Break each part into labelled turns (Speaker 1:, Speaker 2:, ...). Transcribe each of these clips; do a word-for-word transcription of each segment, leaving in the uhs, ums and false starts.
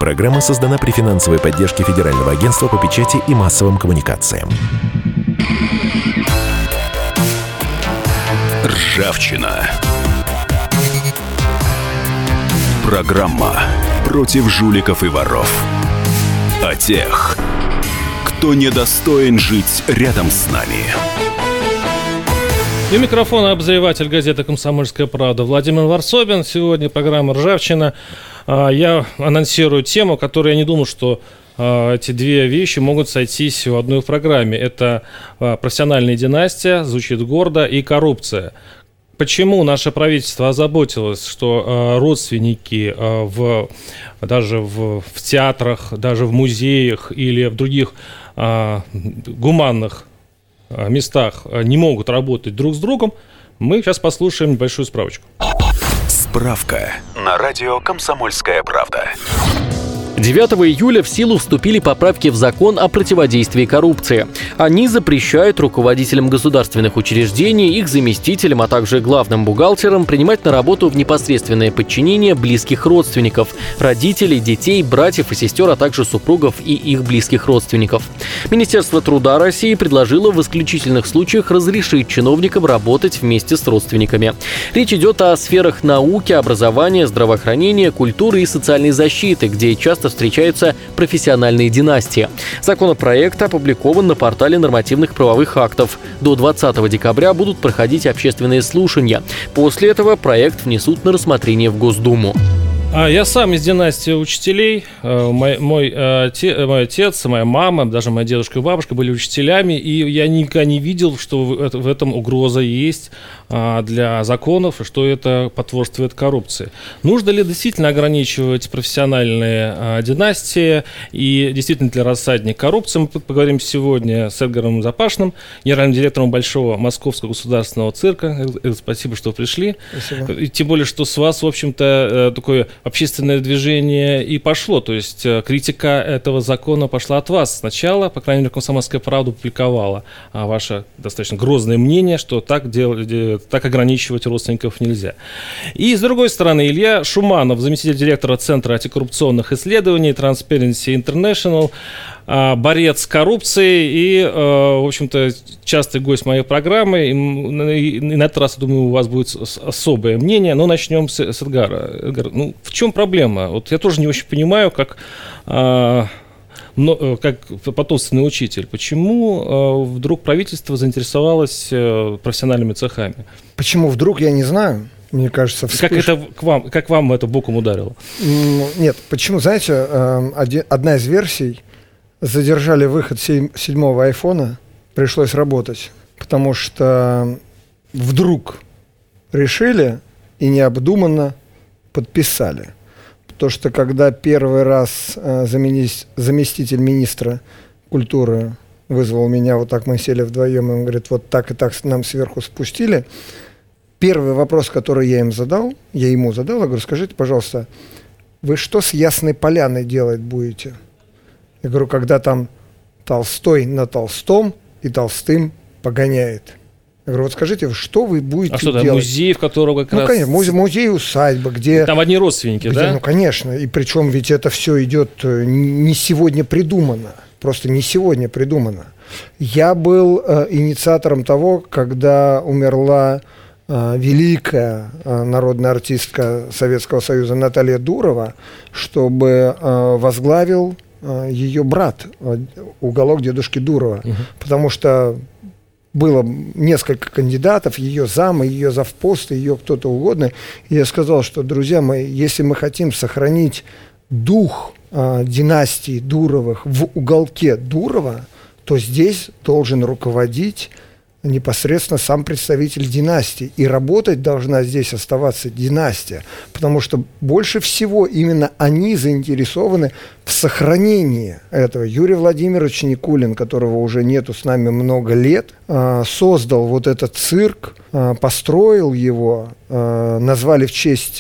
Speaker 1: Программа создана при финансовой поддержке Федерального агентства по печати и массовым коммуникациям.
Speaker 2: Ржавчина. Программа против жуликов и воров. О тех, кто недостоин жить рядом с нами.
Speaker 3: И у микрофона обозреватель газеты «Комсомольская правда» Владимир Варсобин. Сегодня программа «Ржавчина». Я анонсирую тему, которую я не думал, что эти две вещи могут сойтись в одной программе. Это профессиональная династия, звучит гордо, и коррупция. Почему наше правительство озаботилось, что родственники в, даже в, в театрах, даже в музеях или в других гуманных местах не могут работать друг с другом, мы сейчас послушаем небольшую справочку.
Speaker 2: Справка на радио «Комсомольская правда».
Speaker 4: девятого июля в силу вступили поправки в закон о противодействии коррупции. Они запрещают руководителям государственных учреждений, их заместителям, а также главным бухгалтерам принимать на работу в непосредственное подчинение близких родственников, родителей, детей, братьев и сестер, а также супругов и их близких родственников. Министерство труда России предложило в исключительных случаях разрешить чиновникам работать вместе с родственниками. Речь идет о сферах науки, образования, здравоохранения, культуры и социальной защиты, где часто встречаются профессиональные династии. Законопроект опубликован на портале нормативных правовых актов. До двадцатого декабря будут проходить общественные слушания. После этого проект внесут на рассмотрение в Госдуму.
Speaker 3: Я сам из династии учителей. Мой, мой, те, мой отец, моя мама, даже моя дедушка и бабушка были учителями, и я никогда не видел, что в этом угроза есть для законов, и что это потворствует коррупции. Нужно ли действительно ограничивать профессиональные династии и действительно ли рассадник коррупции? Мы поговорим сегодня с Эдгаром Запашным, генеральным директором Большого Московского государственного цирка. Спасибо, что пришли. Спасибо. И тем более, что с вас, в общем-то, такое общественное движение и пошло, то есть критика этого закона пошла от вас сначала, по крайней мере, «Комсомольская правда» публиковала ваше достаточно грозное мнение, что так, делать, так ограничивать родственников нельзя. И с другой стороны, Илья Шуманов, заместитель директора Центра антикоррупционных исследований Transparency International, борец с коррупцией и, в общем-то, частый гость моей программы. И на этот раз, я думаю, у вас будет особое мнение. Но начнем с, с Эдгара. Эдгар, ну, в чем проблема? Вот я тоже не очень понимаю, как, но, как потомственный учитель, почему вдруг правительство заинтересовалось профессиональными цехами?
Speaker 5: Почему вдруг, я не знаю. Мне кажется, вспыш...
Speaker 3: Как, это к вам, как вам это боком ударило?
Speaker 5: Нет, почему? Знаете, одна из версий: задержали выход седьмого айфона, пришлось работать, потому что вдруг решили и необдуманно подписали. Потому что когда первый раз заместитель министра культуры вызвал меня, вот так мы сели вдвоем, и он говорит, вот так и так нам сверху спустили. Первый вопрос, который я им задал, я ему задал, я говорю, скажите, пожалуйста, вы что с Ясной Поляной делать будете? Я говорю, когда там Толстой на Толстом и Толстым погоняет. Я говорю, вот скажите, что вы будете
Speaker 3: а что,
Speaker 5: делать?
Speaker 3: А что, музей, в котором как
Speaker 5: ну,
Speaker 3: раз...
Speaker 5: Ну, конечно, музей, музей-усадьба, где...
Speaker 3: Там одни родственники,
Speaker 5: где,
Speaker 3: да?
Speaker 5: Ну, конечно, и причем ведь это все идет не сегодня придумано, просто не сегодня придумано. Я был э, инициатором того, когда умерла э, великая э, народная артистка Советского Союза Наталья Дурова, чтобы э, возглавил ее брат, уголок дедушки Дурова, угу. Потому что было несколько кандидатов, ее замы, ее завпост, ее кто-то угодно. И я сказал, что, друзья мои, если мы хотим сохранить дух э, династии Дуровых в уголке Дурова, то здесь должен руководить непосредственно сам представитель династии. И работать должна здесь оставаться династия, потому что больше всего именно они заинтересованы в сохранении этого. Юрий Владимирович Никулин, которого уже нету с нами много лет, создал вот этот цирк, построил его, назвали в честь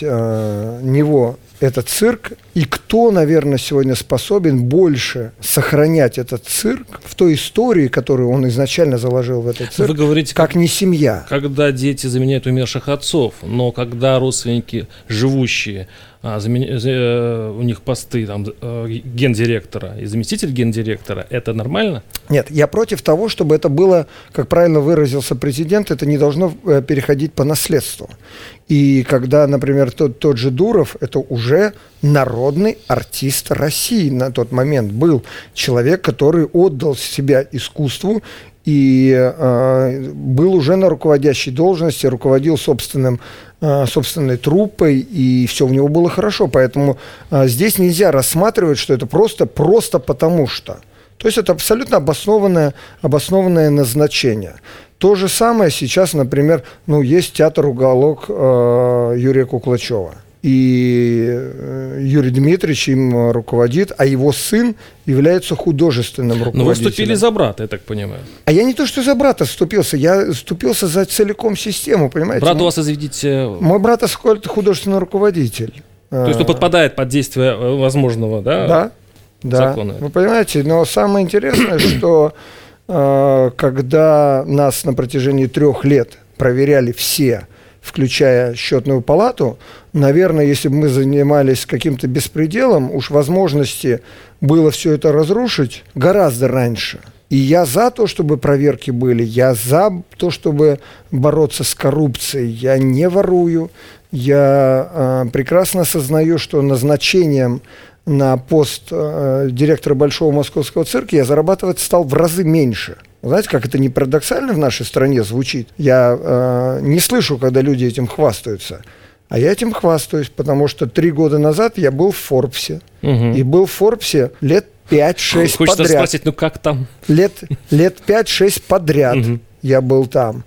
Speaker 5: него этот цирк, и кто, наверное, сегодня способен больше сохранять этот цирк в той истории, которую он изначально заложил в этот цирк,
Speaker 3: вы говорите,
Speaker 5: как не семья.
Speaker 3: Когда дети заменяют умерших отцов, но когда родственники живущие а, замени... у них посты там, гендиректора и заместитель гендиректора, это нормально?
Speaker 5: Нет, я против того, чтобы это было, как правильно выразился президент, это не должно переходить по наследству. И когда, например, тот, тот же Дуров, это уже народный артист России на тот момент был. Человек, который отдал себя искусству и э, был уже на руководящей должности, руководил собственным, э, собственной труппой, и все у него было хорошо. Поэтому э, здесь нельзя рассматривать, что это просто, просто потому что. То есть это абсолютно обоснованное, обоснованное назначение. То же самое сейчас, например, ну, есть театр «Уголок» э, Юрия Куклачева. И э, Юрий Дмитриевич им руководит, а его сын является художественным руководителем.
Speaker 3: Но вы вступили за брата, я так понимаю.
Speaker 5: А я не то, что за брата вступился, я вступился за целиком систему, понимаете?
Speaker 3: Брат у вас, извините...
Speaker 5: Мой брат художественный руководитель.
Speaker 3: То есть он подпадает под действие возможного, да?
Speaker 5: Да. Да,
Speaker 3: закона.
Speaker 5: Вы понимаете, но самое интересное, что э, когда нас на протяжении трех лет проверяли все, включая счетную палату, наверное, если бы мы занимались каким-то беспределом, уж возможности было все это разрушить гораздо раньше. И я за то, чтобы проверки были, я за то, чтобы бороться с коррупцией. Я не ворую, я э, прекрасно осознаю, что назначением на пост э, директора Большого Московского цирка я зарабатывать стал в разы меньше. Вы знаете, как это не парадоксально в нашей стране звучит? Я э, не слышу, когда люди этим хвастаются. А я этим хвастаюсь, потому что три года назад я был в Форбсе. Угу. И был в Форбсе лет пять-шесть подряд.
Speaker 3: Хочется спросить, ну как там?
Speaker 5: Лет, лет пять-шесть подряд угу. я был там.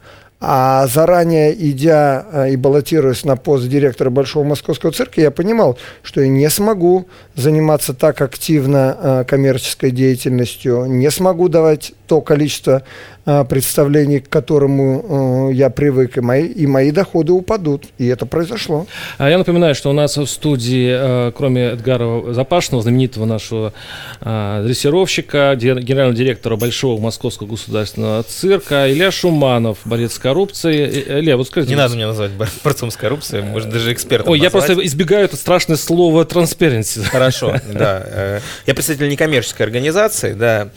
Speaker 5: А заранее идя и баллотируясь на пост директора Большого Московского цирка, я понимал, что я не смогу заниматься так активно коммерческой деятельностью, не смогу давать то количество представлений, к которому я привык, и мои, и мои доходы упадут. И это произошло.
Speaker 3: А я напоминаю, что у нас в студии, кроме Эдгара Запашного, знаменитого нашего дрессировщика, генерального директора Большого Московского государственного цирка, Илья Шуманов, борец с коррупцией. Илья, вот скажите...
Speaker 6: Не надо меня назвать борцом с коррупцией, может, даже экспертом
Speaker 3: Ой,
Speaker 6: назвать.
Speaker 3: Я просто избегаю это страшное слово «transparency».
Speaker 6: Хорошо, да. Я представитель некоммерческой организации, да,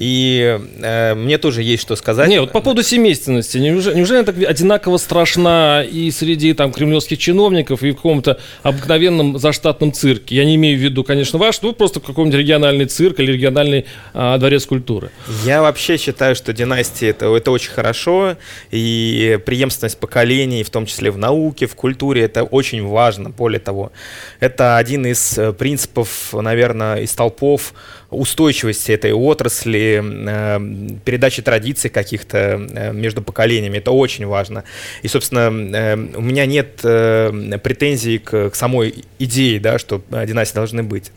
Speaker 6: и мне тоже есть что сказать.
Speaker 3: Не, вот по поводу семейственности. Неужели, неужели она так одинаково страшна и среди там кремлевских чиновников, и в каком-то обыкновенном заштатном цирке? Я не имею в виду, конечно, ваш, но просто какой-нибудь региональный цирк или региональный а, дворец культуры.
Speaker 6: Я вообще считаю, что династии это, это очень хорошо, и преемственность поколений, в том числе в науке, в культуре, это очень важно. Более того, это один из принципов, наверное, из столпов устойчивости этой отрасли, передачи традиций каких-то между поколениями. Это очень важно. И, собственно, у меня нет претензий к, к самой идее, да, что династии должны быть.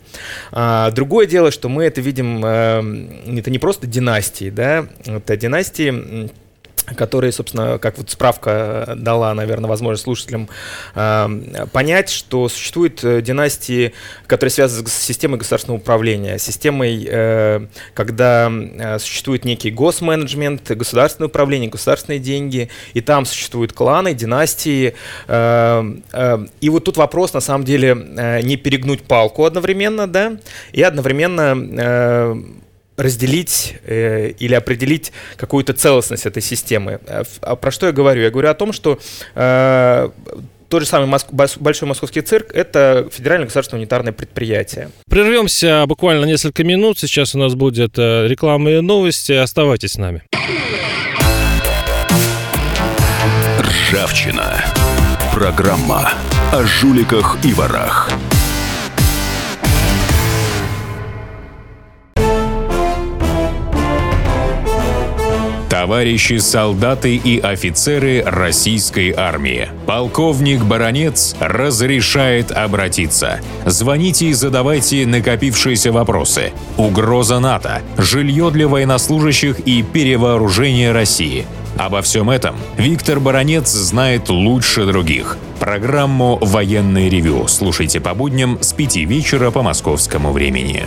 Speaker 6: Другое дело, что мы это видим, это не просто династии, да, это династии, которые, собственно, как вот справка дала, наверное, возможность слушателям э, понять, что существуют династии, которые связаны с системой государственного управления, системой, э, когда э, существует некий госменеджмент, государственное управление, государственные деньги, и там существуют кланы, династии. Э, э, и вот тут вопрос, на самом деле, э, не перегнуть палку одновременно, да, и одновременно э, разделить э, или определить какую-то целостность этой системы. А про что я говорю? Я говорю о том, что э, тот же самый Моск... Большой Московский цирк – это федеральное государственное унитарное предприятие.
Speaker 3: Прервемся буквально несколько минут. Сейчас у нас будет реклама и новости. Оставайтесь с нами.
Speaker 2: Ржавчина. Программа о жуликах и ворах.
Speaker 7: Товарищи солдаты и офицеры российской армии. Полковник Баранец разрешает обратиться. Звоните и задавайте накопившиеся вопросы. Угроза НАТО, жилье для военнослужащих и перевооружение России. Обо всем этом Виктор Баранец знает лучше других. Программу «Военное ревю» слушайте по будням с пяти вечера по московскому времени.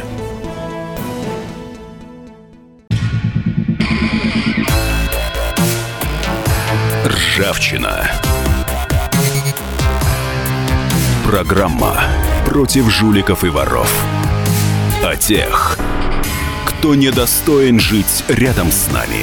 Speaker 2: Ржавчина. Программа против жуликов и воров. О тех, кто недостоин жить рядом с нами.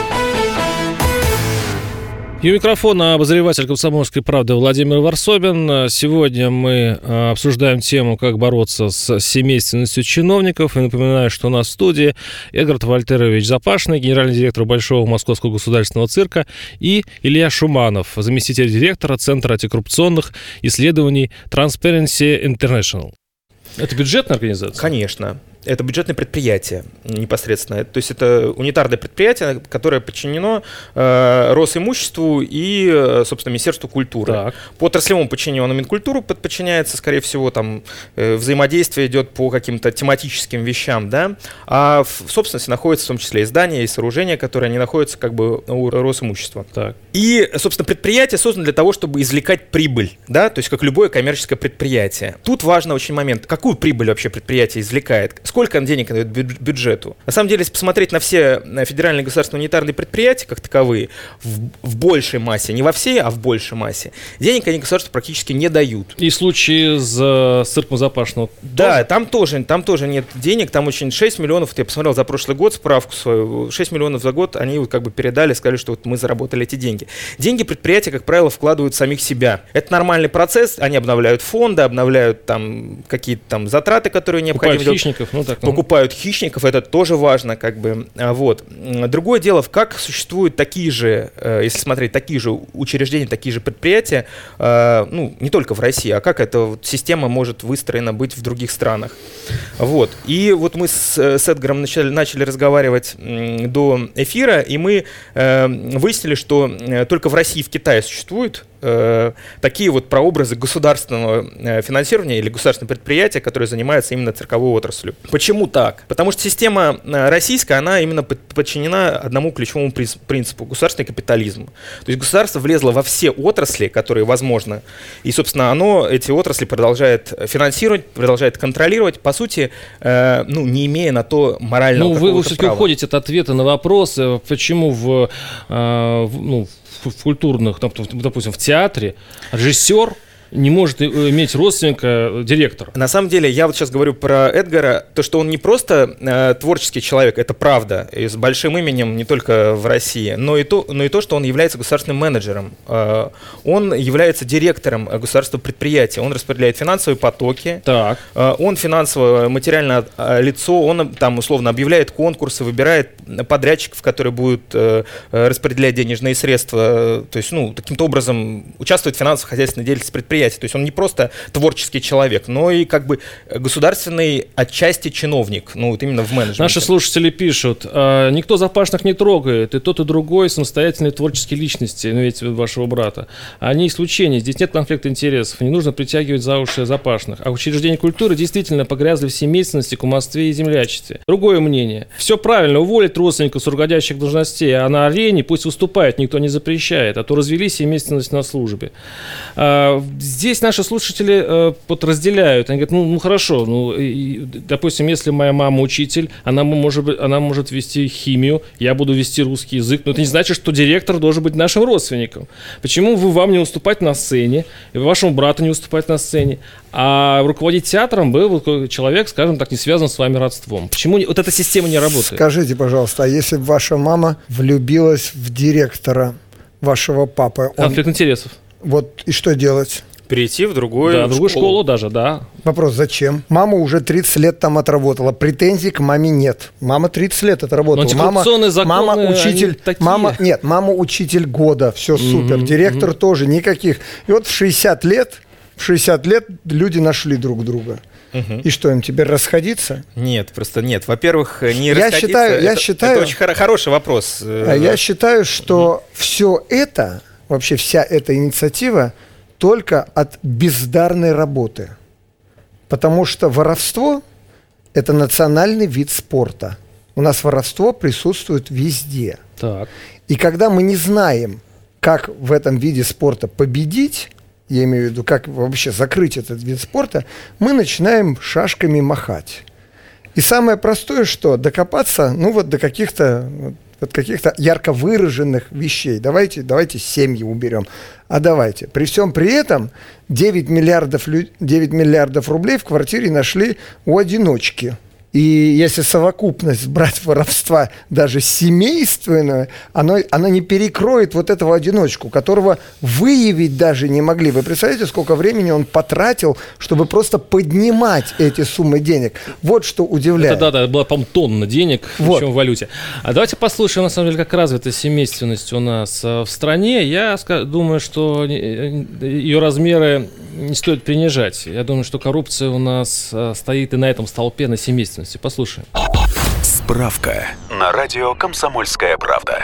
Speaker 3: И у микрофона обозреватель «Комсомольской правды» Владимир Варсобин. Сегодня мы обсуждаем тему, как бороться с семейственностью чиновников. И напоминаю, что у нас в студии Эдгард Вальтерович Запашный, генеральный директор Большого Московского государственного цирка, и Илья Шуманов, заместитель директора Центра антикоррупционных исследований Transparency International. Это бюджетная организация?
Speaker 6: Конечно. Это бюджетное предприятие непосредственно. То есть это унитарное предприятие, которое подчинено э, Росимуществу и, собственно, Министерству культуры.
Speaker 3: Так.
Speaker 6: По отраслевому подчинению оно Минкультуру подчиняется, скорее всего, там э, взаимодействие идет по каким-то тематическим вещам, да, а в собственности находятся в том числе и здания, и сооружения, которые не находятся как бы у Росимущества.
Speaker 3: Так.
Speaker 6: И, собственно, предприятие создано для того, чтобы извлекать прибыль, да, то есть как любое коммерческое предприятие. Тут важный очень момент, какую прибыль вообще предприятие извлекает, сколько денег дает бюджету. На самом деле, если посмотреть на все федеральные государственные унитарные предприятия, как таковые, в, в большей массе, не во всей, а в большей массе, денег они государству практически не дают.
Speaker 3: И случаи с цирком Запашного?
Speaker 6: Да,
Speaker 3: тоже?
Speaker 6: там тоже, там тоже нет денег, там очень шесть миллионов, я посмотрел за прошлый год справку свою, шесть миллионов за год они вот как бы передали, сказали, что вот мы заработали эти деньги. Деньги предприятия, как правило, вкладывают в самих себя. Это нормальный процесс, они обновляют фонды, обновляют там какие-то там затраты, которые необходимы.
Speaker 3: Покупают хищников, ну так.
Speaker 6: Покупают хищников, это тоже важно, как бы, вот. Другое дело, как существуют такие же, если смотреть, такие же учреждения, такие же предприятия, ну, не только в России, а как эта вот система может выстроена быть в других странах. Вот. И вот мы с, с Эдгаром начали, начали разговаривать до эфира, и мы выяснили, что только в России и в Китае существуют э, такие вот прообразы государственного э, финансирования или государственного предприятия, которые занимаются именно цирковой отраслью. Почему так? Потому что система э, российская, она именно под, подчинена одному ключевому принципу – государственный капитализм. То есть государство влезло во все отрасли, которые возможно, и, собственно, оно эти отрасли продолжает финансировать, продолжает контролировать, по сути, э, ну, не имея на то морального
Speaker 3: права. Ну, вы все-таки уходите от ответа на вопрос, почему в, э, в, ну, в культурных, допустим, в театре режиссер не может иметь родственника директора.
Speaker 6: На самом деле, я вот сейчас говорю про Эдгара, то, что он не просто э, творческий человек, это правда, и с большим именем не только в России, но и то, но и то что он является государственным менеджером. Э, он является директором государственного предприятия, он распределяет финансовые потоки,
Speaker 3: так.
Speaker 6: Э, он финансовое, материальное лицо, он там условно объявляет конкурсы, выбирает подрядчиков, которые будут э, распределять денежные средства, то есть, ну, таким-то образом участвует в финансово-хозяйственной деятельности предприятия. То есть он не просто творческий человек, но и как бы государственный отчасти чиновник, ну вот именно в менеджменте.
Speaker 3: Наши слушатели пишут, а, никто Запашных не трогает, и тот, и другой самостоятельные творческие личности, ну ведь вашего брата. Они исключения, здесь нет конфликта интересов, не нужно притягивать за уши Запашных. А учреждения культуры действительно погрязли в семейственности, кумовстве и землячестве. Другое мнение. Все правильно, уволить родственников с руководящих должностей, а на арене пусть выступает, никто не запрещает, а то развели семейственность на службе. А, Здесь наши слушатели э, подразделяют. Они говорят, ну, ну хорошо, ну, и, допустим, если моя мама учитель, она может, она может вести химию, я буду вести русский язык, но это не значит, что директор должен быть нашим родственником. Почему вы вам не уступать на сцене, и вашему брату не уступать на сцене, а руководить театром был человек, скажем так, не связан с вами родством? Почему вот эта система не работает?
Speaker 5: Скажите, пожалуйста, а если бы ваша мама влюбилась в директора вашего папы? Он...
Speaker 3: Конфликт интересов.
Speaker 5: Вот и что делать?
Speaker 6: Перейти в другую,
Speaker 3: да, в другую школу. школу даже, да.
Speaker 5: Вопрос, зачем? Мама уже тридцать лет там отработала. Претензий к маме нет. Мама тридцать лет отработала. Но
Speaker 3: мама, законы,
Speaker 5: мама учитель. Мама, нет, мама учитель года. Все супер. Mm-hmm, Директор mm-hmm. тоже никаких. И вот в шестьдесят лет, в шестьдесят лет люди нашли друг друга. Угу. И что, им теперь расходиться?
Speaker 6: Нет, просто нет. Во-первых, не я расходиться.
Speaker 5: Считаю, я
Speaker 6: это,
Speaker 5: считаю,
Speaker 6: это очень хор- хороший вопрос.
Speaker 5: Я считаю, что угу. все это, вообще вся эта инициатива, только от бездарной работы. Потому что воровство – это национальный вид спорта. У нас воровство присутствует везде.
Speaker 3: Так.
Speaker 5: И когда мы не знаем, как в этом виде спорта победить, я имею в виду, как вообще закрыть этот вид спорта, мы начинаем шашками махать. И самое простое, что докопаться, ну вот до каких-то вот каких-то ярко выраженных вещей. Давайте, давайте семьи уберем. А давайте. При всем при этом девять миллиардов, девять миллиардов рублей в квартире нашли у одиночки. И если совокупность брать воровства даже семейственное, оно, оно не перекроет вот этого одиночку, которого выявить даже не могли. Вы представляете, сколько времени он потратил, чтобы просто поднимать эти суммы денег? Вот что удивляет.
Speaker 3: Это, да, да, была, по-моему, тонна денег,
Speaker 5: вот.
Speaker 3: Причем в валюте. А давайте послушаем, на самом деле, как развита семейственность у нас в стране. Я думаю, что ее размеры не стоит принижать. Я думаю, что коррупция у нас стоит и на этом столпе, на семейственности. Послушаем.
Speaker 2: Справка на радио «Комсомольская правда».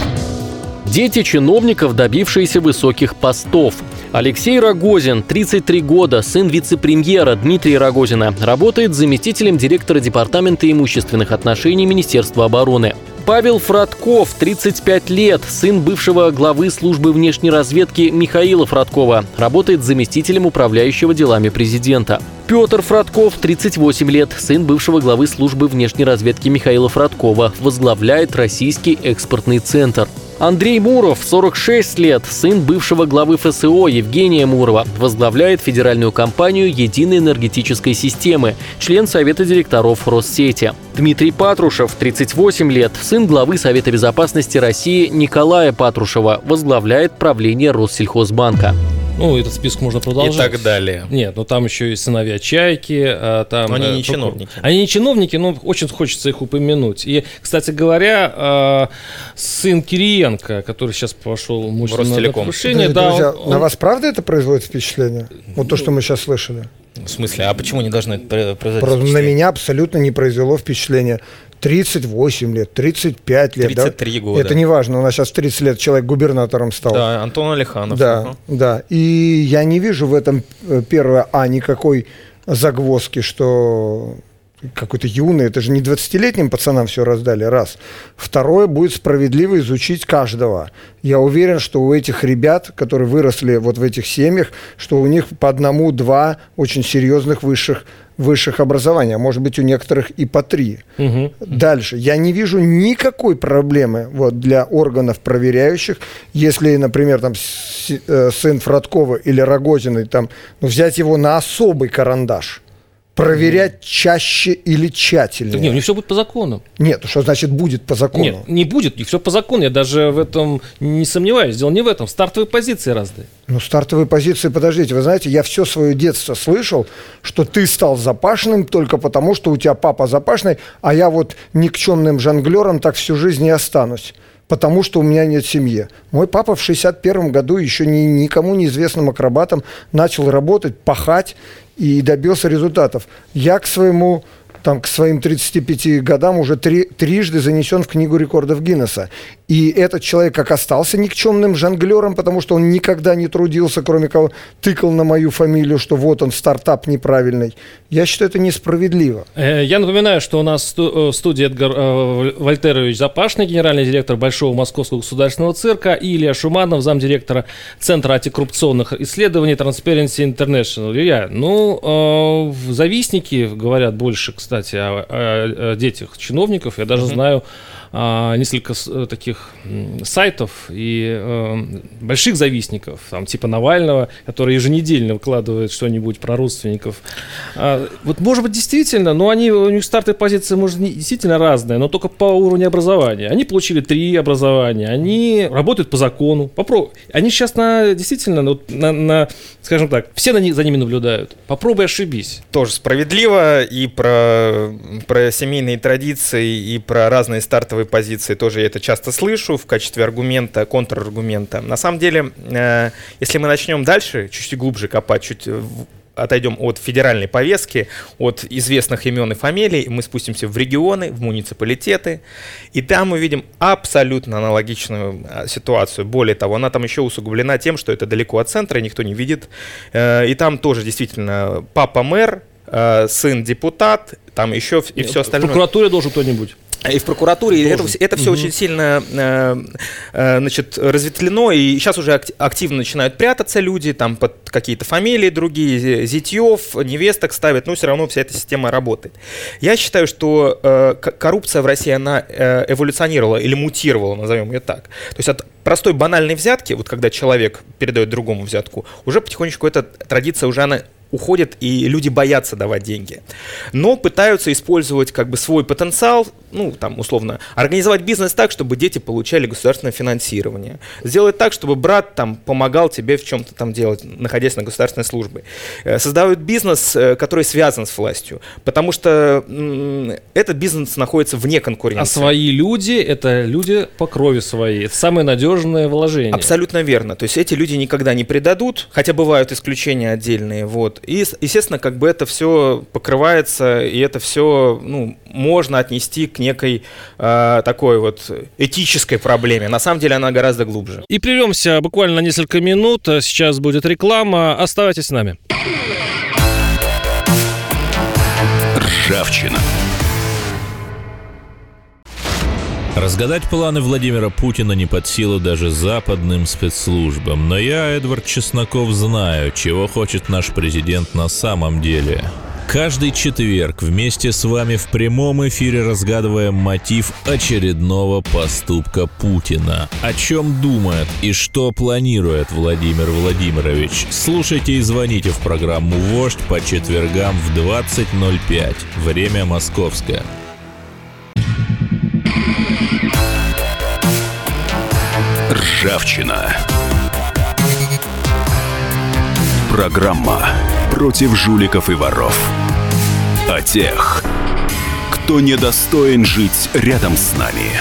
Speaker 4: Дети чиновников, добившиеся высоких постов. Алексей Рогозин, тридцать три года, сын вице-премьера Дмитрия Рогозина, работает заместителем директора Департамента имущественных отношений Министерства обороны. Павел Фродков, тридцать пять лет, сын бывшего главы службы внешней разведки Михаила Фродкова, работает заместителем управляющего делами президента. Петр Фродков, тридцать восемь лет, сын бывшего главы службы внешней разведки Михаила Фродкова, возглавляет Российский экспортный центр. Андрей Муров, сорок шесть лет, сын бывшего главы эф эс о Евгения Мурова, возглавляет федеральную компанию «Единой энергетической системы», член Совета директоров Россети. Дмитрий Патрушев, тридцать восемь лет, сын главы Совета безопасности России Николая Патрушева, возглавляет правление Россельхозбанка.
Speaker 3: Ну, этот список можно продолжать.
Speaker 6: И так далее.
Speaker 3: Нет, ну там еще и сыновья Чайки. А, там,
Speaker 6: но они
Speaker 3: э,
Speaker 6: не чиновники.
Speaker 3: Они не чиновники, но очень хочется их упомянуть. И, кстати говоря, э, сын Кириенко, который сейчас пошел мужчина на повышение. Да,
Speaker 5: друзья,
Speaker 3: он,
Speaker 5: на
Speaker 3: он...
Speaker 5: вас правда это производит впечатление? Вот то, что мы сейчас слышали.
Speaker 6: В смысле? А почему не должно это произойти?
Speaker 5: Просто на меня абсолютно не произвело впечатление. тридцать восемь лет, тридцать пять лет.
Speaker 6: тридцать три
Speaker 5: да?
Speaker 6: года.
Speaker 5: Это не важно, у нас сейчас тридцать лет человек губернатором стал.
Speaker 6: Да, Антон Алиханов.
Speaker 5: Да,
Speaker 6: угу.
Speaker 5: да. И я не вижу в этом, первое, а, никакой загвоздки, что какой-то юный, это же не двадцатилетним пацанам все раздали, раз. Второе, будет справедливо изучить каждого. Я уверен, что у этих ребят, которые выросли вот в этих семьях, что у них по одному-два очень серьезных высших высших образования, а может быть у некоторых и по три. Угу. Дальше. Я не вижу никакой проблемы вот, для органов проверяющих, если, например, там, сын Фродкова или Рогозиной, там, ну, взять его на особый карандаш. Проверять чаще или тщательнее.
Speaker 3: Так нет, не все будет по закону.
Speaker 5: Нет, что значит будет по закону?
Speaker 3: Нет, не будет, не все по закону. Я даже в этом не сомневаюсь. Дело не в этом. Стартовые позиции разные.
Speaker 5: Ну, стартовые позиции, подождите, вы знаете, я все свое детство слышал, что ты стал Запашным только потому, что у тебя папа Запашный, а я вот никчемным жонглером так всю жизнь и останусь. Потому что у меня нет семьи. Мой папа в шестьдесят первом году еще ни, никому неизвестным акробатом начал работать, пахать и добился результатов. Я к своему, там, к своим тридцати пяти годам уже три, трижды занесен в Книгу рекордов Гиннесса. И этот человек как остался никчемным жонглером, потому что он никогда не трудился, кроме кого тыкал на мою фамилию, что вот он, стартап неправильный. Я считаю, это несправедливо.
Speaker 3: Я напоминаю, что у нас в студии Эдгар Вольтерович Запашный, генеральный директор Большого Московского государственного цирка, и Илья Шуманов, замдиректора Центра антикоррупционных исследований Transparency International. Илья, ну, завистники говорят больше, кстати, о, о, о детях чиновников. Я даже mm-hmm. знаю а, несколько с, таких м, сайтов и э, больших завистников, там, типа Навального, который еженедельно выкладывает что-нибудь про родственников. А, вот, может быть, действительно, но они, у них стартовые позиции, может, не, действительно разные, но только по уровню образования. Они получили три образования, они работают по закону. Попробуй. Они сейчас на, действительно, на, на, на, скажем так, все на них, за ними наблюдают. Попробуй ошибись.
Speaker 6: Тоже справедливо, и про, про семейные традиции, и про разные стартовые позиции тоже я это часто слышу в качестве аргумента, контраргумента. На самом деле, э, если мы начнем дальше, чуть-чуть глубже копать, чуть отойдем от федеральной повестки, от известных имен и фамилий, мы спустимся в регионы, в муниципалитеты, и там мы видим абсолютно аналогичную ситуацию. Более того, она там еще усугублена тем, что это далеко от центра, никто не видит, э, и там тоже действительно папа мэр, сын депутат, там еще и все остальное.
Speaker 3: В прокуратуре должен кто-нибудь.
Speaker 6: И в прокуратуре это, это все угу. очень сильно э, э, значит, разветвлено, и сейчас уже активно начинают прятаться люди, там под какие-то фамилии другие, зятьев, невесток ставят, но все равно вся эта система работает. Я считаю, что э, коррупция в России, она э, эволюционировала или мутировала, назовем ее так. То есть от простой банальной взятки, вот когда человек передает другому взятку, уже потихонечку эта традиция уже она уходит, и люди боятся давать деньги. Но пытаются использовать как бы свой потенциал, ну, там, условно, организовать бизнес так, чтобы дети получали государственное финансирование. Сделать так, чтобы брат там помогал тебе в чем-то там делать, находясь на государственной службе. Создают бизнес, который связан с властью, потому что м- этот бизнес находится вне конкуренции.
Speaker 3: А свои люди — это люди по крови своей. Это самое надежное вложение.
Speaker 6: Абсолютно верно. То есть эти люди никогда не предадут, хотя бывают исключения отдельные, вот. И, естественно, как бы это все покрывается, и это все, ну, можно отнести к некой э, такой вот этической проблеме. На самом деле она гораздо глубже.
Speaker 3: И прервемся буквально на несколько минут. Сейчас будет реклама. Оставайтесь с нами.
Speaker 2: Ржавчина.
Speaker 8: Разгадать планы Владимира Путина не под силу даже западным спецслужбам. Но я, Эдвард Чесноков, знаю, чего хочет наш президент на самом деле. Каждый четверг вместе с вами в прямом эфире разгадываем мотив очередного поступка Путина. О чем думает и что планирует Владимир Владимирович? Слушайте и звоните в программу «Вождь» по четвергам в двадцать ноль пять. Время московское.
Speaker 2: Ржавчина. Программа против жуликов и воров. О тех, кто недостоин жить рядом с нами.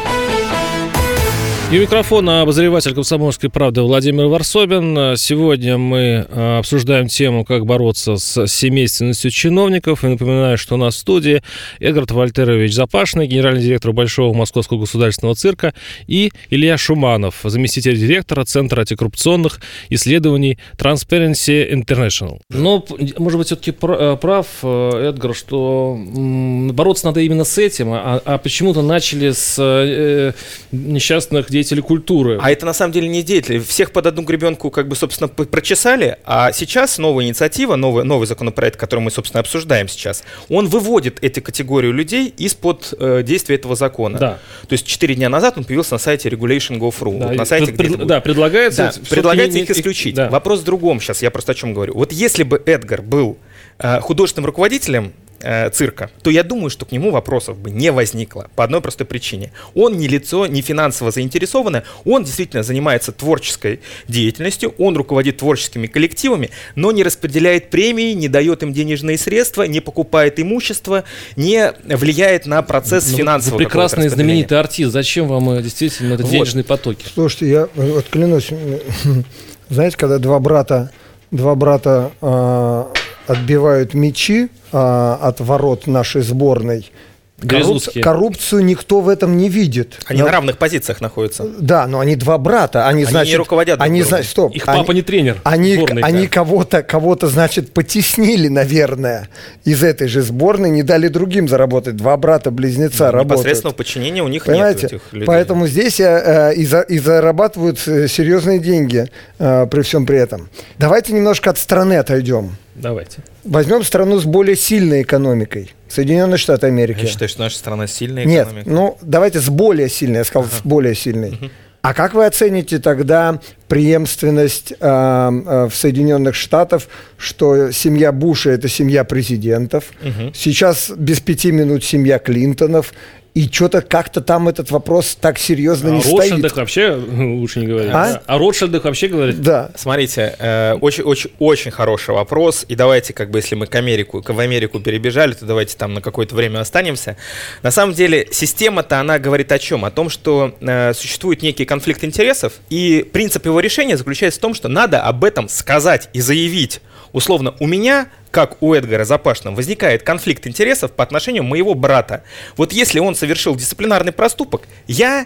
Speaker 3: И у микрофона обозреватель «Комсомольской правды» Владимир Варсобин. Сегодня мы обсуждаем тему, как бороться с семейственностью чиновников. И напоминаю, что у нас в студии Эдгард Вальтерович Запашный, генеральный директор Большого Московского государственного цирка, и Илья Шуманов, заместитель директора Центра антикоррупционных исследований Transparency International. Но, может быть, все-таки прав Эдгар, что бороться надо именно с этим, а, а почему-то начали с э, несчастных деятелей культуры.
Speaker 6: А это на самом деле не деятели. Всех под одну гребенку, как бы, собственно, прочесали. А сейчас новая инициатива, новый, новый законопроект, который мы, собственно, обсуждаем сейчас, он выводит эти категории людей из-под э, действия этого закона.
Speaker 3: Да.
Speaker 6: То есть четыре дня назад он появился на сайте regulation точка gov точка ru.
Speaker 3: Да,
Speaker 6: вот на сайте,
Speaker 3: пред,
Speaker 6: где
Speaker 3: да, предлагается,
Speaker 6: да, предлагается
Speaker 3: не,
Speaker 6: их исключить.
Speaker 3: Да.
Speaker 6: Вопрос в другом сейчас, я просто о чем говорю. Вот если бы Эдгар был э, художественным руководителем цирка, то я думаю, что к нему вопросов бы не возникло по одной простой причине. Он не лицо, не финансово заинтересованное, он действительно занимается творческой деятельностью, он руководит творческими коллективами, но не распределяет премии, не дает им денежные средства, не покупает имущество, не влияет на процесс ну, финансового.
Speaker 3: Вы прекрасный знаменитый артист, зачем вам действительно это вот. денежные потоки?
Speaker 5: Слушайте, я вот клянусь, знаете, когда два брата, два брата э, отбивают мячи а, от ворот нашей сборной, корруп... коррупцию никто в этом не видит.
Speaker 6: Они
Speaker 5: но...
Speaker 6: на равных позициях находятся.
Speaker 5: Да, но они два брата. Они,
Speaker 6: они
Speaker 5: значит,
Speaker 6: не руководят.
Speaker 5: Они, значит, стоп.
Speaker 3: Их папа
Speaker 5: они,
Speaker 3: не тренер.
Speaker 5: Они,
Speaker 3: сборной,
Speaker 5: они
Speaker 3: да.
Speaker 5: кого-то, кого-то, значит, потеснили, наверное, из этой же сборной, не дали другим заработать. Два брата-близнеца ну, работают.
Speaker 6: Непосредственного подчинения у них
Speaker 5: Понимаете?
Speaker 6: нет этих людей.
Speaker 5: Поэтому здесь э, и, за, и зарабатывают серьезные деньги э, при всем при этом. Давайте немножко от страны отойдем.
Speaker 3: Давайте.
Speaker 5: Возьмем страну с более сильной экономикой. Соединенные Штаты Америки.
Speaker 6: Я считаю, что наша страна сильная
Speaker 5: Нет,
Speaker 6: экономика.
Speaker 5: ну давайте с более сильной, я сказал, ага. с более сильной. Угу. А как вы оцените тогда преемственность э, э, в Соединенных Штатах, что семья Буша – это семья президентов, угу. сейчас без пяти минут семья Клинтонов, и что-то как-то там этот вопрос так серьезно
Speaker 3: а
Speaker 5: не
Speaker 3: стоит. О Ротшильдах вообще лучше не говорить.
Speaker 5: А?
Speaker 3: Да? О Ротшильдах вообще говорить?
Speaker 6: Да. Смотрите, э, очень, очень, очень хороший вопрос. И давайте, как бы, если мы к Америку, в Америку перебежали, то давайте там на какое-то время останемся. На самом деле, система-то, она говорит о чем? О том, что э, существует некий конфликт интересов, и принцип его решения заключается в том, что надо об этом сказать и заявить. Условно, у меня, как у Эдгара Запашного, возникает конфликт интересов по отношению моего брата. Вот если он совершил дисциплинарный проступок, я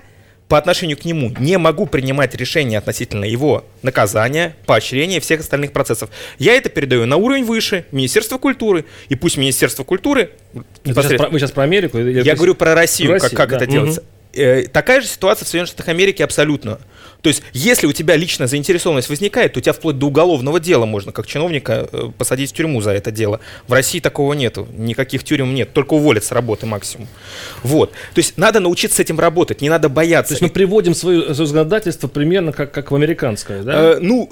Speaker 6: по отношению к нему не могу принимать решения относительно его наказания, поощрения и всех остальных процессов. Я это передаю на уровень выше, Министерство культуры, и пусть Министерство культуры...
Speaker 3: Вы сейчас, про, вы сейчас про Америку?
Speaker 6: Я, я говорю про Россию, про Россию как, как
Speaker 3: да.
Speaker 6: это делается. Угу. Такая же ситуация в Соединенных Штатах Америки абсолютно. То есть, если у тебя личная заинтересованность возникает, то у тебя вплоть до уголовного дела можно, как чиновника, посадить в тюрьму за это дело. В России такого нету, никаких тюрем нет, только уволят с работы максимум. Вот. То есть, надо научиться с этим работать, не надо бояться.
Speaker 3: То есть, мы приводим свое законодательство примерно как, как в американское, да?
Speaker 6: Э, ну,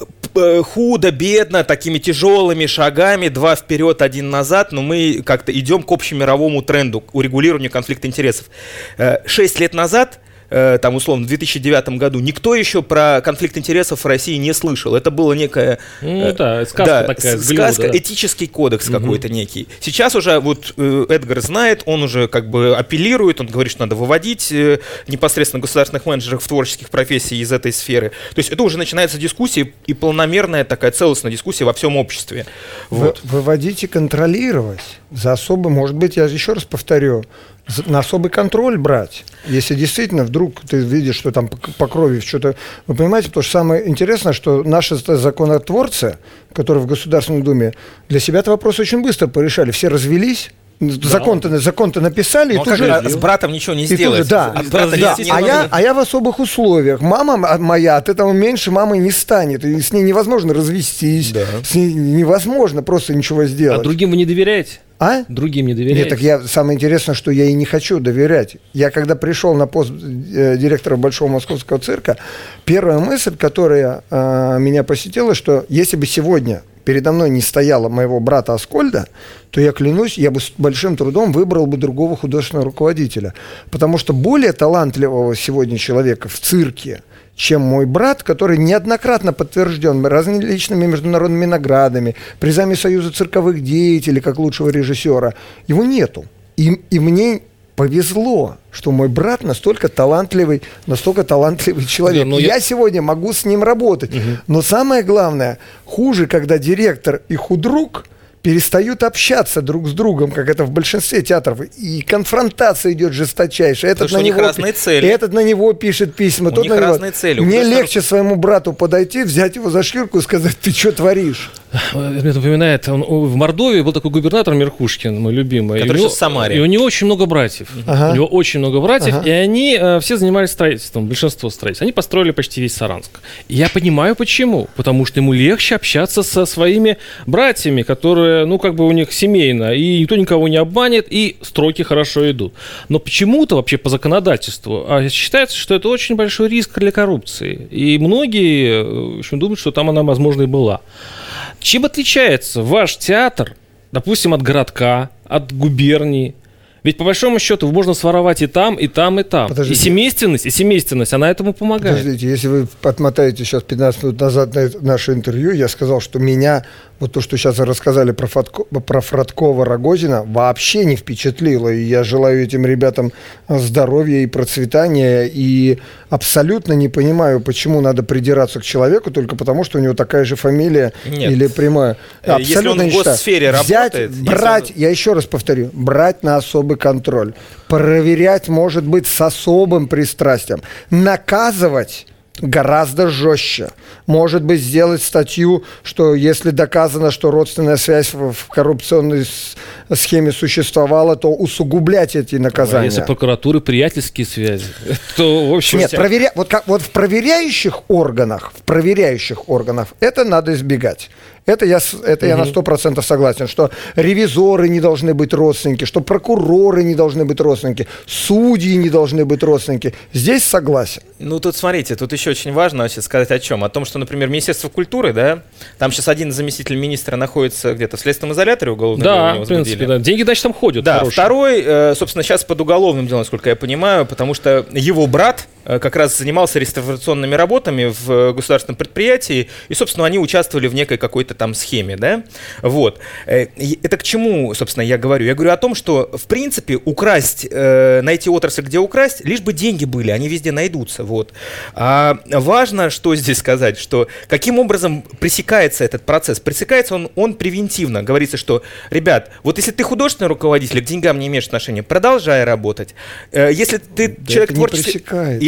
Speaker 6: худо, бедно, такими тяжелыми шагами, два вперед, один назад, но мы как-то идем к общемировому тренду, к урегулированию конфликта интересов. Шесть лет назад, там, условно, в две тысячи девятом году, никто еще про конфликт интересов в России не слышал. Это была некая...
Speaker 3: Ну да, сказка да, такая.
Speaker 6: Сказка,
Speaker 3: Голливуда.
Speaker 6: Этический кодекс угу. какой-то некий. Сейчас уже вот Эдгар знает, он уже как бы апеллирует, он говорит, что надо выводить непосредственно государственных менеджеров в творческих профессий из этой сферы. То есть это уже начинается дискуссия и полномерная такая целостная дискуссия во всем обществе. Вот.
Speaker 5: Вы, выводить и контролировать за особо, может быть, я еще раз повторю, на особый контроль брать. Если действительно вдруг ты видишь, что там по, по крови что-то... Вы понимаете, потому что самое интересное, что наши законотворцы, которые в Государственной Думе, для себя этот вопрос очень быстро порешали. Все развелись, да. закон-то, закон-то написали,
Speaker 6: но
Speaker 5: и тут же...
Speaker 6: С братом ничего не сделаешь.
Speaker 5: Да,
Speaker 6: а,
Speaker 5: да. да. А, я, а я в особых условиях. Мама моя от этого меньше мамой не станет. И с ней невозможно развестись, да. с ней невозможно просто ничего сделать.
Speaker 3: А другим вы не доверяете?
Speaker 5: А?
Speaker 3: Другим не доверяете?
Speaker 5: Нет, так я, самое интересное, что я и не хочу доверять. Я когда пришел на пост э, директора Большого Московского цирка, первая мысль, которая э, меня посетила, что если бы сегодня передо мной не стояло моего брата Аскольда, то я клянусь, я бы с большим трудом выбрал бы другого художественного руководителя. Потому что более талантливого сегодня человека в цирке, чем мой брат, который неоднократно подтвержден различными международными наградами, призами Союза цирковых деятелей как лучшего режиссера, его нету. И, и мне повезло, что мой брат настолько талантливый, настолько талантливый человек. Да, но я... я сегодня могу с ним работать. Угу. Но самое главное, хуже, когда директор и худрук перестают общаться друг с другом, как это в большинстве театров, и конфронтация идет жесточайшая. Этот, на него, разные цели. Этот на него пишет письма.
Speaker 6: У тот них на разные него. Цели.
Speaker 5: Мне легче раз... своему брату подойти, взять его за шкирку и сказать, ты что творишь?
Speaker 3: Мне напоминает, он, в Мордовии был такой губернатор Меркушкин, мой любимый.
Speaker 6: Который сейчас в Самаре.
Speaker 3: И у него очень много братьев. Ага. У него очень много братьев, ага. и они э, все занимались строительством, большинство строительств. Они построили почти весь Саранск. И я понимаю, почему. Потому что ему легче общаться со своими братьями, которые, ну, как бы у них семейно, и никто никого не обманет, и строки хорошо идут. Но почему-то вообще по законодательству а считается, что это очень большой риск для коррупции. И многие, в общем, думают, что там она, возможно, и была. Чем отличается ваш театр, допустим, от городка, от губернии? Ведь по большому счету можно своровать и там, и там, и там. Подождите. И семейственность, и семейственность, она этому помогает.
Speaker 5: Подождите, если вы отмотаете сейчас пятнадцать минут назад на наше интервью, я сказал, что меня, вот то, что сейчас рассказали про, Фатко, про Фродкова, Рогозина, вообще не впечатлило. И я желаю этим ребятам здоровья и процветания. И абсолютно не понимаю, почему надо придираться к человеку только потому, что у него такая же фамилия. Нет. Или прямая. Абсолютно
Speaker 6: если он в госсфере
Speaker 5: Взять,
Speaker 6: работает...
Speaker 5: брать, он... я еще раз повторю, брать на особый контроль, проверять, может быть, с особым пристрастием, наказывать гораздо жестче. Может быть, сделать статью, что если доказано, что родственная связь в, в коррупционной с, схеме существовала, то усугублять эти наказания. А
Speaker 3: если прокуратуры приятельские связи, то в общем...
Speaker 5: Нет, проверя... вот, как, вот в проверяющих органах, в проверяющих органах это надо избегать. Это я, это угу. я на сто процентов согласен, что ревизоры не должны быть родственники, что прокуроры не должны быть родственники, судьи не должны быть родственники. Здесь согласен.
Speaker 6: Ну, тут смотрите, тут еще очень важно сейчас сказать о чем. О том, что, например, Министерство культуры, да, там сейчас один заместитель министра находится где-то в следственном изоляторе уголовном.
Speaker 3: Да, в принципе, да. Деньги, значит, там ходят.
Speaker 6: Да, хорошие. Второй, собственно, сейчас под уголовным делом, насколько я понимаю, потому что его брат как раз занимался реставрационными работами в государственном предприятии, и, собственно, они участвовали в некой какой-то там схеме, да, вот. Это к чему, собственно, я говорю? Я говорю о том, что, в принципе, украсть, найти отрасль, где украсть, лишь бы деньги были, они везде найдутся, вот. А важно, что здесь сказать, что каким образом пресекается этот процесс? Пресекается он, он превентивно. Говорится, что, ребят, вот если ты художественный руководитель, к деньгам не имеешь отношения, продолжай работать. Если ты
Speaker 5: да
Speaker 6: человек творческий...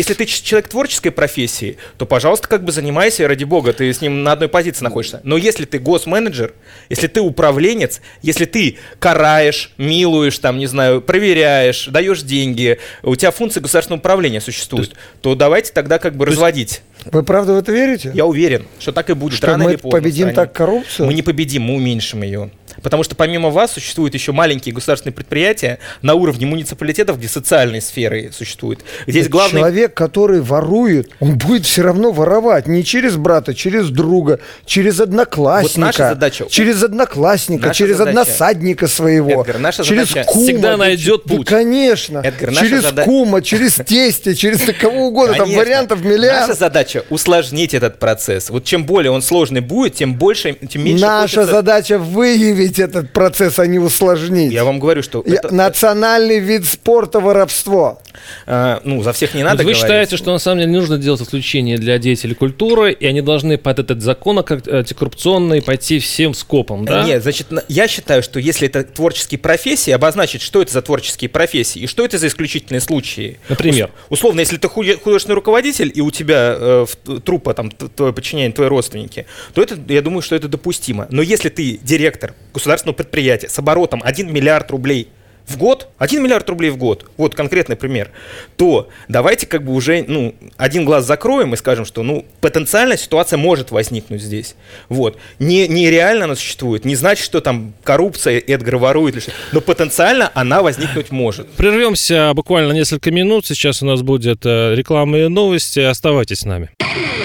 Speaker 6: Если ты человек творческой профессии, то, пожалуйста, как бы занимайся, ради бога, ты с ним на одной позиции находишься. Но если ты госменеджер, если ты управленец, если ты караешь, милуешь, там, не знаю, проверяешь, даешь деньги, у тебя функция государственного управления существует, то, есть, то давайте тогда как бы разводить.
Speaker 5: Вы правда в это верите?
Speaker 6: Я уверен, что так и будет.
Speaker 5: Что
Speaker 6: рано
Speaker 5: мы
Speaker 6: или поздно
Speaker 5: победим так коррупцию?
Speaker 6: Мы не победим, мы уменьшим ее. Потому что помимо вас существуют еще маленькие государственные предприятия на уровне муниципалитетов, где социальные сферы существуют. Здесь главный...
Speaker 5: Человек, который ворует, он будет все равно воровать. Не через брата, через друга, через одноклассника. Вот
Speaker 6: наша задача...
Speaker 5: Через одноклассника, наша через задача... односадника своего.
Speaker 6: Эдгар, наша
Speaker 5: через
Speaker 6: задача...
Speaker 5: кума.
Speaker 3: Всегда найдет путь.
Speaker 5: Да, конечно.
Speaker 6: Эдгар,
Speaker 5: через
Speaker 6: зада...
Speaker 5: кума, через тестя, через кого угодно.
Speaker 6: Конечно.
Speaker 5: Там вариантов миллиард.
Speaker 6: Наша задача усложнить этот процесс. Вот чем более он сложный будет, тем больше, тем меньше...
Speaker 5: Наша
Speaker 6: хочется... задача
Speaker 5: выявить этот процесс, а не усложнить.
Speaker 6: Я вам говорю, что...
Speaker 5: Я...
Speaker 6: Это...
Speaker 5: Национальный вид спорта — воровство.
Speaker 6: А, ну, за всех не надо
Speaker 3: Вы
Speaker 6: говорить.
Speaker 3: считаете, что на самом деле не нужно делать исключение для деятелей культуры, и они должны под этот закон антикоррупционный пойти всем скопом, да?
Speaker 6: Нет, значит, я считаю, что если это творческие профессии, обозначить, что это за творческие профессии и что это за исключительные случаи.
Speaker 3: Например?
Speaker 6: Ус- условно, если ты художественный руководитель, и у тебя э, в, труппа, там, твое подчинение, твои родственники, то это, я думаю, что это допустимо. Но если ты директор государственного предприятия с оборотом один миллиард рублей в год, один миллиард рублей в год, вот конкретный пример, то давайте как бы уже, ну, один глаз закроем и скажем, что, ну, потенциально ситуация может возникнуть здесь. Вот. Не, нереально она существует, не значит, что там коррупция, Эдгар ворует или что-то, но потенциально она возникнуть может.
Speaker 3: Прервемся буквально несколько минут, сейчас у нас будет реклама и новости, оставайтесь с нами.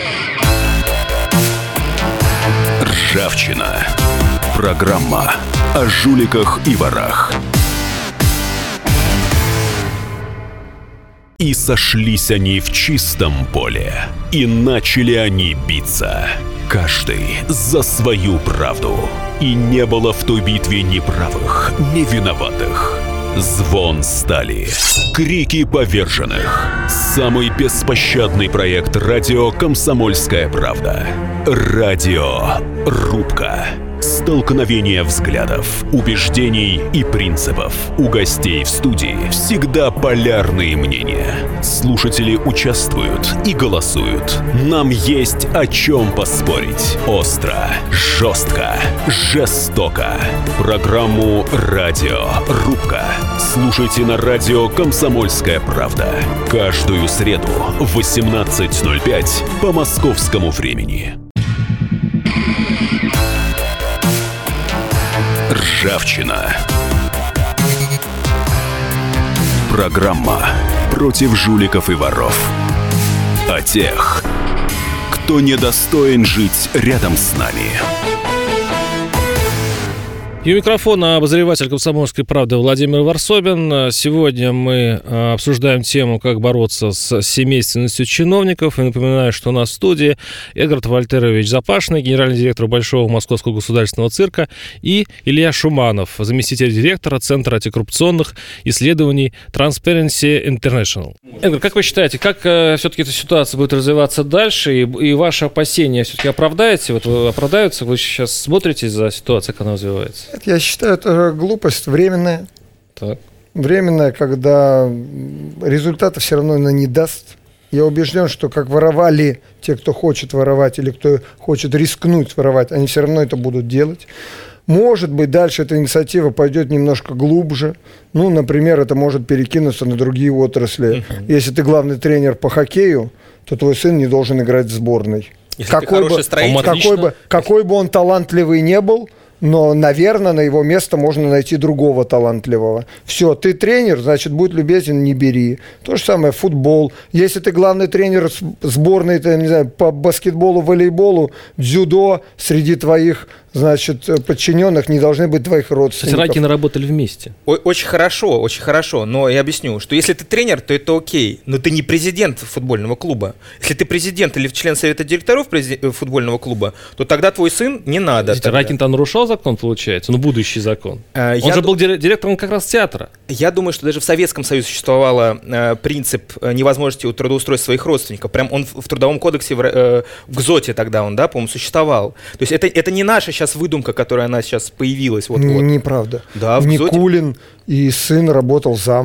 Speaker 2: Ржавчина. Программа о жуликах и ворах. И сошлись они в чистом поле, и начали они биться, каждый за свою правду. И не было в той битве ни правых, ни виноватых. Звон стали, крики поверженных. Самый беспощадный проект радио «Комсомольская правда». Радиорубка. Столкновение взглядов, убеждений и принципов. У гостей в студии всегда полярные мнения. Слушатели участвуют и голосуют. Нам есть о чем поспорить. Остро, жестко, жестоко. Программу «Радиорубка» слушайте на радио «Комсомольская правда». Каждую среду в восемнадцать ноль пять по московскому времени. Ржавчина. Программа против жуликов и воров. О тех, кто недостоин жить рядом с нами.
Speaker 3: И у микрофона обозреватель «Комсомольской правды» Владимир Варсобин. Сегодня мы обсуждаем тему, как бороться с семейственностью чиновников. И напоминаю, что у нас в студии Эдгард Вальтерович Запашный, генеральный директор Большого Московского государственного цирка, и Илья Шуманов, заместитель директора Центра антикоррупционных исследований Transparency International. Эдгард, как вы считаете, как э, все-таки эта ситуация будет развиваться дальше? И, и ваши опасения все-таки оправдаются? Вот вы оправдаются? Вы сейчас смотрите за ситуацией, как она развивается?
Speaker 5: Я считаю, это глупость временная.
Speaker 3: Так.
Speaker 5: Временная, когда результата все равно она не даст. Я убежден, что как воровали те, кто хочет воровать, или кто хочет рискнуть воровать, они все равно это будут делать. Может быть, дальше эта инициатива пойдет немножко глубже. Ну, например, это может перекинуться на другие отрасли. Uh-huh. Если ты главный тренер по хоккею, то твой сын не должен играть в сборной. Какой бы, какой, бы, какой бы он талантливый не был, но, наверное, на его место можно найти другого талантливого. Все, ты тренер, значит, будь любезен, не бери. То же самое футбол. Если ты главный тренер сборной, ты, не знаю, по баскетболу, волейболу, дзюдо, среди твоих, значит, подчиненных не должны быть твоих родственников.
Speaker 3: Кстати, Ракины работали вместе.
Speaker 6: Очень хорошо, очень хорошо. Но я объясню, что если ты тренер, то это окей. Но ты не президент футбольного клуба. Если ты президент или член совета директоров футбольного клуба, то тогда твой сын не надо.
Speaker 3: Ракин-то нарушал закон, получается? Ну, будущий закон. А, Он же д... был директором как раз театра.
Speaker 6: Я думаю, что даже в Советском Союзе существовал э, принцип невозможности трудоустроить своих родственников. Прям он в, в Трудовом кодексе, в, э, в ГЗОТе тогда он, да, по-моему, существовал. То есть это, это не наша сейчас выдумка, которая она сейчас появилась. Вот-вот.
Speaker 5: Неправда.
Speaker 6: Да,
Speaker 5: в Никулин и сын работал замом.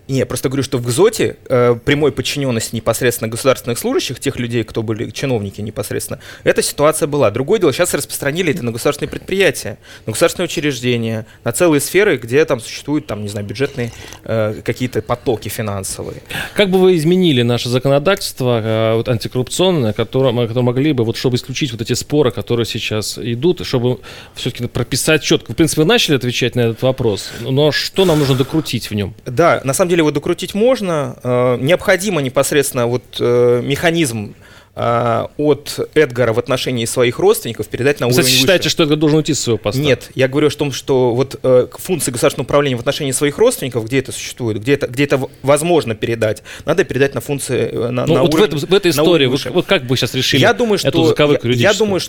Speaker 6: Не, просто говорю, что в ГЗОТе э, прямой подчиненности непосредственно государственных служащих, тех людей, кто были чиновники непосредственно, эта ситуация была. Другое дело, сейчас распространили это на государственные предприятия, на государственные учреждения, на целые сферы, где там существуют, там, не знаю, бюджетные э, какие-то потоки финансовые.
Speaker 3: Как бы вы изменили наше законодательство э, вот, антикоррупционное, которое, которое могли бы, вот, чтобы исключить вот эти споры, которые сейчас идут, чтобы все-таки прописать четко? В принципе, вы начали отвечать на этот вопрос, но что нам нужно докрутить в нем?
Speaker 6: Да, на самом деле его докрутить можно. Э, необходимо непосредственно вот э, механизм э, от Эдгара в отношении своих родственников передать на
Speaker 3: Вы,
Speaker 6: уровень
Speaker 3: кстати,
Speaker 6: выше.
Speaker 3: считаете, что Эдгар должен уйти с своего поста?
Speaker 6: Нет, я говорю о том, что вот э, функции государственного управления в отношении своих родственников, где это существует, где это, где это возможно передать, надо передать на функции э, на,
Speaker 3: ну,
Speaker 6: на
Speaker 3: вот
Speaker 6: уровень,
Speaker 3: в, этом, в этой истории, вот, вот как бы вы сейчас решили
Speaker 6: я думаю,
Speaker 3: эту
Speaker 6: что,
Speaker 3: заковыку
Speaker 6: я,
Speaker 3: юридическую?
Speaker 6: я думаю,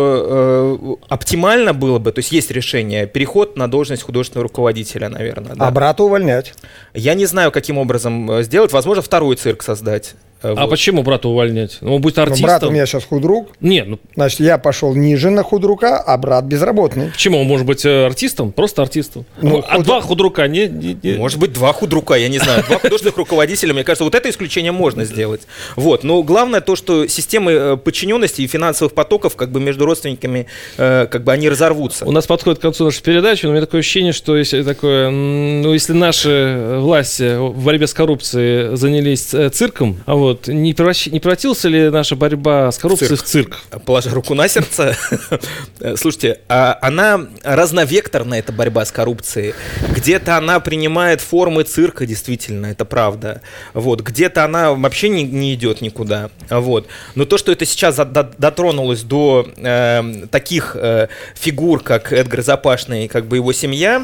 Speaker 6: что э, оптимально было бы, то есть есть решение, переход на должность художественного руководителя, наверное. Да.
Speaker 5: А брата увольнять?
Speaker 6: Я не знаю, каким образом сделать, возможно, второй цирк создать.
Speaker 3: А
Speaker 6: вот.
Speaker 3: почему брата увольнять? Он будет артистом?
Speaker 5: Ну, брат у меня сейчас худрук.
Speaker 3: Нет, ну
Speaker 5: Значит, я пошел ниже на худрука, а брат безработный.
Speaker 3: почему? Он может быть э, артистом? Просто артистом.
Speaker 5: Ну,
Speaker 3: а
Speaker 5: худ-
Speaker 3: два худрука не, не- не-
Speaker 6: Может быть, два худрука, я не знаю, два художественных руководителя, мне кажется, вот это исключение можно сделать. Вот, но главное то, что системы э, подчиненности и финансовых потоков, как бы между родственниками, э, как бы они разорвутся.
Speaker 3: У нас подходит к концу нашей передачи, но у меня такое ощущение, что если такое, м, ну, если наши власти в борьбе с коррупцией занялись э, цирком, а вот не, превращ- не превратился ли наша борьба с коррупцией в цирк?
Speaker 6: Положа руку на сердце, слушайте, а она разновекторная, эта борьба с коррупцией. Где-то она принимает формы цирка, действительно, это правда. Вот. Где-то она вообще не, не идет никуда. Вот. Но то, что это сейчас за- до- дотронулось до э, таких э, фигур, как Эдгар Запашный и как бы его семья,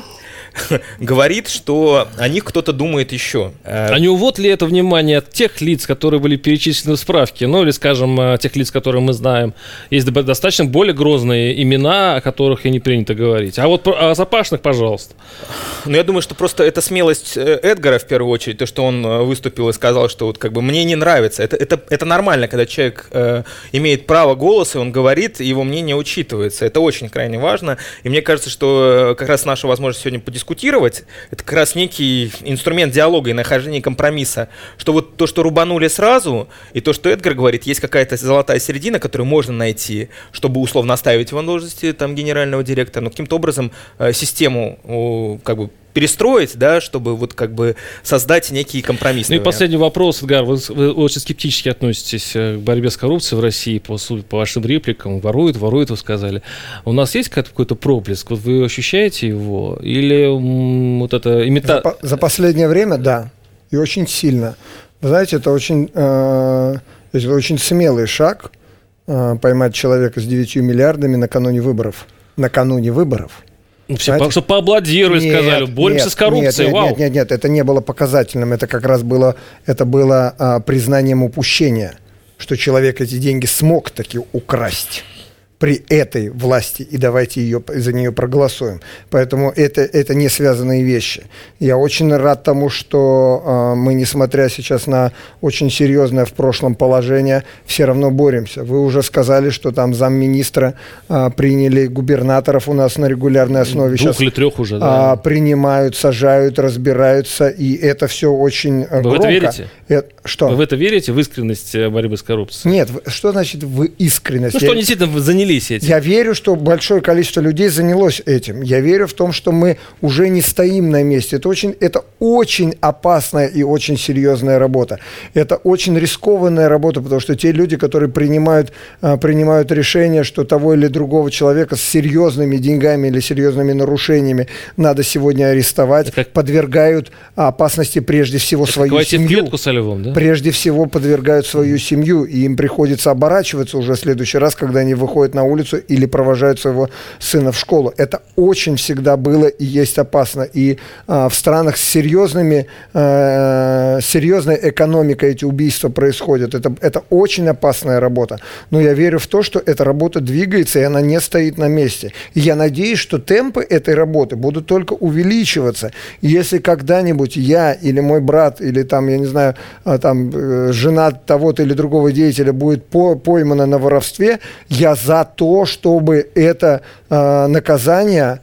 Speaker 6: говорит, что о них кто-то думает еще.
Speaker 3: А не увод ли это внимание от тех лиц, которые были перечислены в справке, ну или, скажем, тех лиц, которые мы знаем, есть достаточно более грозные имена, о которых и не принято говорить. А вот про- о Запашных, пожалуйста.
Speaker 6: Ну, я думаю, что просто это смелость Эдгара, в первую очередь, то, что он выступил и сказал, что вот как бы мне не нравится. Это, это, это нормально, когда человек э, имеет право голоса, он говорит, и его мнение учитывается. Это очень крайне важно. И мне кажется, что как раз наша возможность сегодня подискутировать, это как раз некий инструмент диалога и нахождения компромисса. Что вот то, что рубанули сразу, и то, что Эдгар говорит, есть какая-то золотая середина, которую можно найти, чтобы условно оставить его на должности там, генерального директора, но каким-то образом э, систему о, как бы перестроить, да, чтобы вот как бы создать некий компромисс.
Speaker 3: Ну и последний вопрос, Эдгар. Вы, вы очень скептически относитесь к борьбе с коррупцией в России, по, по вашим репликам. Воруют, воруют, вы сказали. У нас есть какой-то проблеск? Вот вы ощущаете его? Или м, вот это имитация?
Speaker 5: За, по- за последнее время, да. И очень сильно. Вы знаете, это очень, э, это очень смелый шаг э, поймать человека с девятью миллиардами накануне выборов. Накануне выборов.
Speaker 3: Ну, все, по, чтобы поаплодировали,
Speaker 5: Нет,
Speaker 3: сказали, боремся
Speaker 5: нет,
Speaker 3: с коррупцией,
Speaker 5: нет,
Speaker 3: вау.
Speaker 5: Нет, нет, нет, это не было показательным, это как раз было, это было а, признанием упущения, что человек эти деньги смог таки украсть при этой власти, и давайте ее, за нее проголосуем. Поэтому это, это не связанные вещи. Я очень рад тому, что э, мы, несмотря сейчас на очень серьезное в прошлом положение, все равно боремся. Вы уже сказали, что там замминистра э, приняли губернаторов у нас на регулярной основе.
Speaker 3: Двух
Speaker 5: сейчас,
Speaker 3: или трех уже, да.
Speaker 5: э, принимают, сажают, разбираются, и это все очень э,
Speaker 3: Вы
Speaker 5: громко.
Speaker 3: в это верите?
Speaker 5: Это, что?
Speaker 3: Вы в это верите, в искренность борьбы с коррупцией?
Speaker 5: Нет, в- что значит в искренность?
Speaker 3: Ну,
Speaker 5: Я-
Speaker 3: что они действительно занялись этим?
Speaker 5: Я верю, что большое количество людей занялось этим. Я верю в том, что мы уже не стоим на месте. Это очень, это очень опасная и очень серьезная работа. Это очень рискованная работа, потому что те люди, которые принимают, а, принимают решение, что того или другого человека с серьезными деньгами или серьезными нарушениями надо сегодня арестовать,
Speaker 3: Это как-
Speaker 5: подвергают опасности прежде всего свою
Speaker 3: Войти в
Speaker 5: семью.
Speaker 3: клетку со львом, да?
Speaker 5: Прежде всего подвергают свою семью, и им приходится оборачиваться уже в следующий раз, когда они выходят на улицу или провожают своего сына в школу. Это очень всегда было и есть опасно. И а, в странах с серьезными, а, серьезной экономикой эти убийства происходят. Это, это очень опасная работа. Но я верю в то, что эта работа двигается, и она не стоит на месте. И я надеюсь, что темпы этой работы будут только увеличиваться. И если когда-нибудь я или мой брат, или там, я не знаю, а, там, э, жена того-то или другого деятеля будет по- поймана на воровстве, я за то, чтобы это э, наказание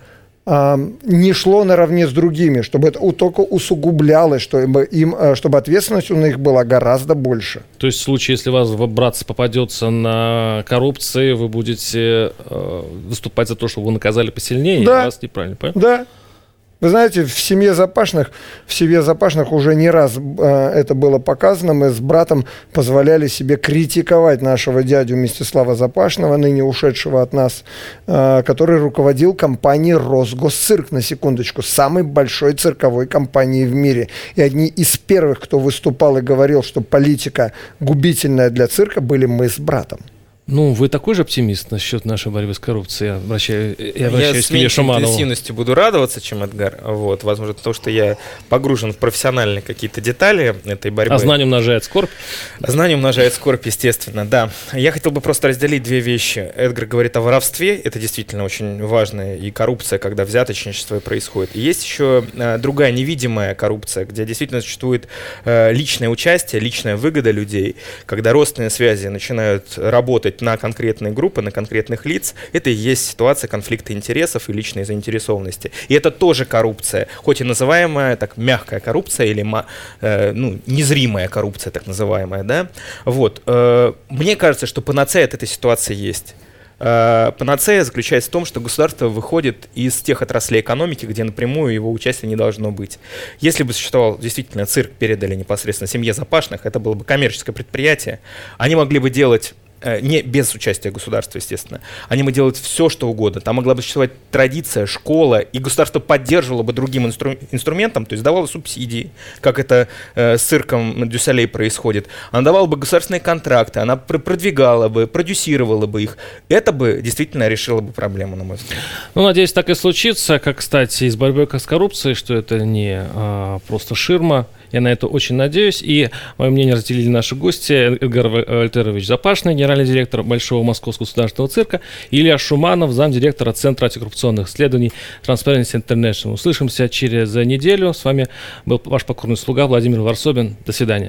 Speaker 5: а, не шло наравне с другими, чтобы это только усугублялось, чтобы, им, чтобы ответственность у них была гораздо больше.
Speaker 3: То есть в случае, если вас братец попадется на коррупции, вы будете э, выступать за то, чтобы вы наказали посильнее?
Speaker 5: Да.
Speaker 3: Я вас неправильно понял?
Speaker 5: Да. Вы знаете, в семье Запашных, в семье Запашных уже не раз э, это было показано. Мы с братом позволяли себе критиковать нашего дядю Мстислава Запашного, ныне ушедшего от нас, э, который руководил компанией «Росгосцирк», на секундочку, самой большой цирковой компанией в мире. И одни из первых, кто выступал и говорил, что политика губительная для цирка, были мы с братом.
Speaker 3: Ну, вы такой же оптимист насчет нашей борьбы с коррупцией? Я, обращаю, я обращаюсь
Speaker 6: я
Speaker 3: к Илье Шуманову.
Speaker 6: Я с меньшей интенсивностью буду радоваться, чем Эдгар. Вот, возможно, потому что я погружен в профессиональные какие-то детали этой борьбы.
Speaker 3: А знание умножает скорбь?
Speaker 6: А знание умножает скорбь, естественно, да. Я хотел бы просто разделить две вещи. Эдгар говорит о воровстве. Это действительно очень важно. И коррупция, когда взяточничество происходит. И есть еще э, другая невидимая коррупция, где действительно существует э, личное участие, личная выгода людей. Когда родственные связи начинают работать на конкретные группы, на конкретных лиц, это и есть ситуация конфликта интересов и личной заинтересованности. И это тоже коррупция, хоть и называемая так мягкая коррупция или э, ну, незримая коррупция, так называемая, да. Вот. Э, мне кажется, что панацея от этой ситуации есть. Э, панацея заключается в том, что государство выходит из тех отраслей экономики, где напрямую его участия не должно быть. Если бы существовал действительно цирк, передали непосредственно семье Запашных, это было бы коммерческое предприятие, они могли бы делать не без участия государства, естественно. Они могут делать все, что угодно. Там могла бы существовать традиция, школа, и государство поддерживало бы другим инстру- инструментом, то есть давало субсидии, как это э, с цирком Дюсалей происходит. Она давала бы государственные контракты, она пр- продвигала бы, продюсировала бы их. Это бы действительно решило бы проблему, на мой взгляд.
Speaker 3: Ну, надеюсь, так и случится, как, кстати, и с борьбой с коррупцией, что это не а, просто ширма. Я на это очень надеюсь. И мое мнение разделили наши гости. Эдгар Вальтерович Запашный, генеральный директор Большого Московского государственного цирка, и Илья Шуманов, замдиректора Центра антикоррупционных исследований Transparency International. Услышимся через неделю. С вами был ваш покорный слуга Владимир Варсобин. До свидания.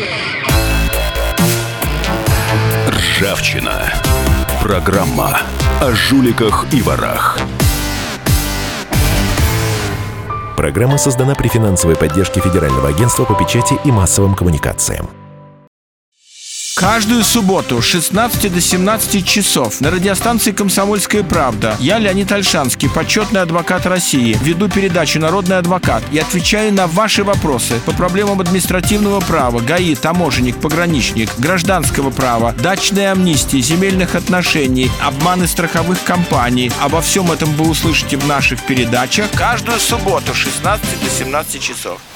Speaker 2: Ржавчина. Программа о жуликах и ворах.
Speaker 1: Программа создана при финансовой поддержке Федерального агентства по печати и массовым коммуникациям.
Speaker 9: Каждую субботу с шестнадцати до семнадцати часов на радиостанции «Комсомольская правда» я, Леонид Ольшанский, почетный адвокат России, веду передачу «Народный адвокат» и отвечаю на ваши вопросы по проблемам административного права, ГАИ, таможенник, пограничник, гражданского права, дачной амнистии, земельных отношений, обманы страховых компаний. Обо всем этом вы услышите в наших передачах каждую субботу с шестнадцати до семнадцати часов.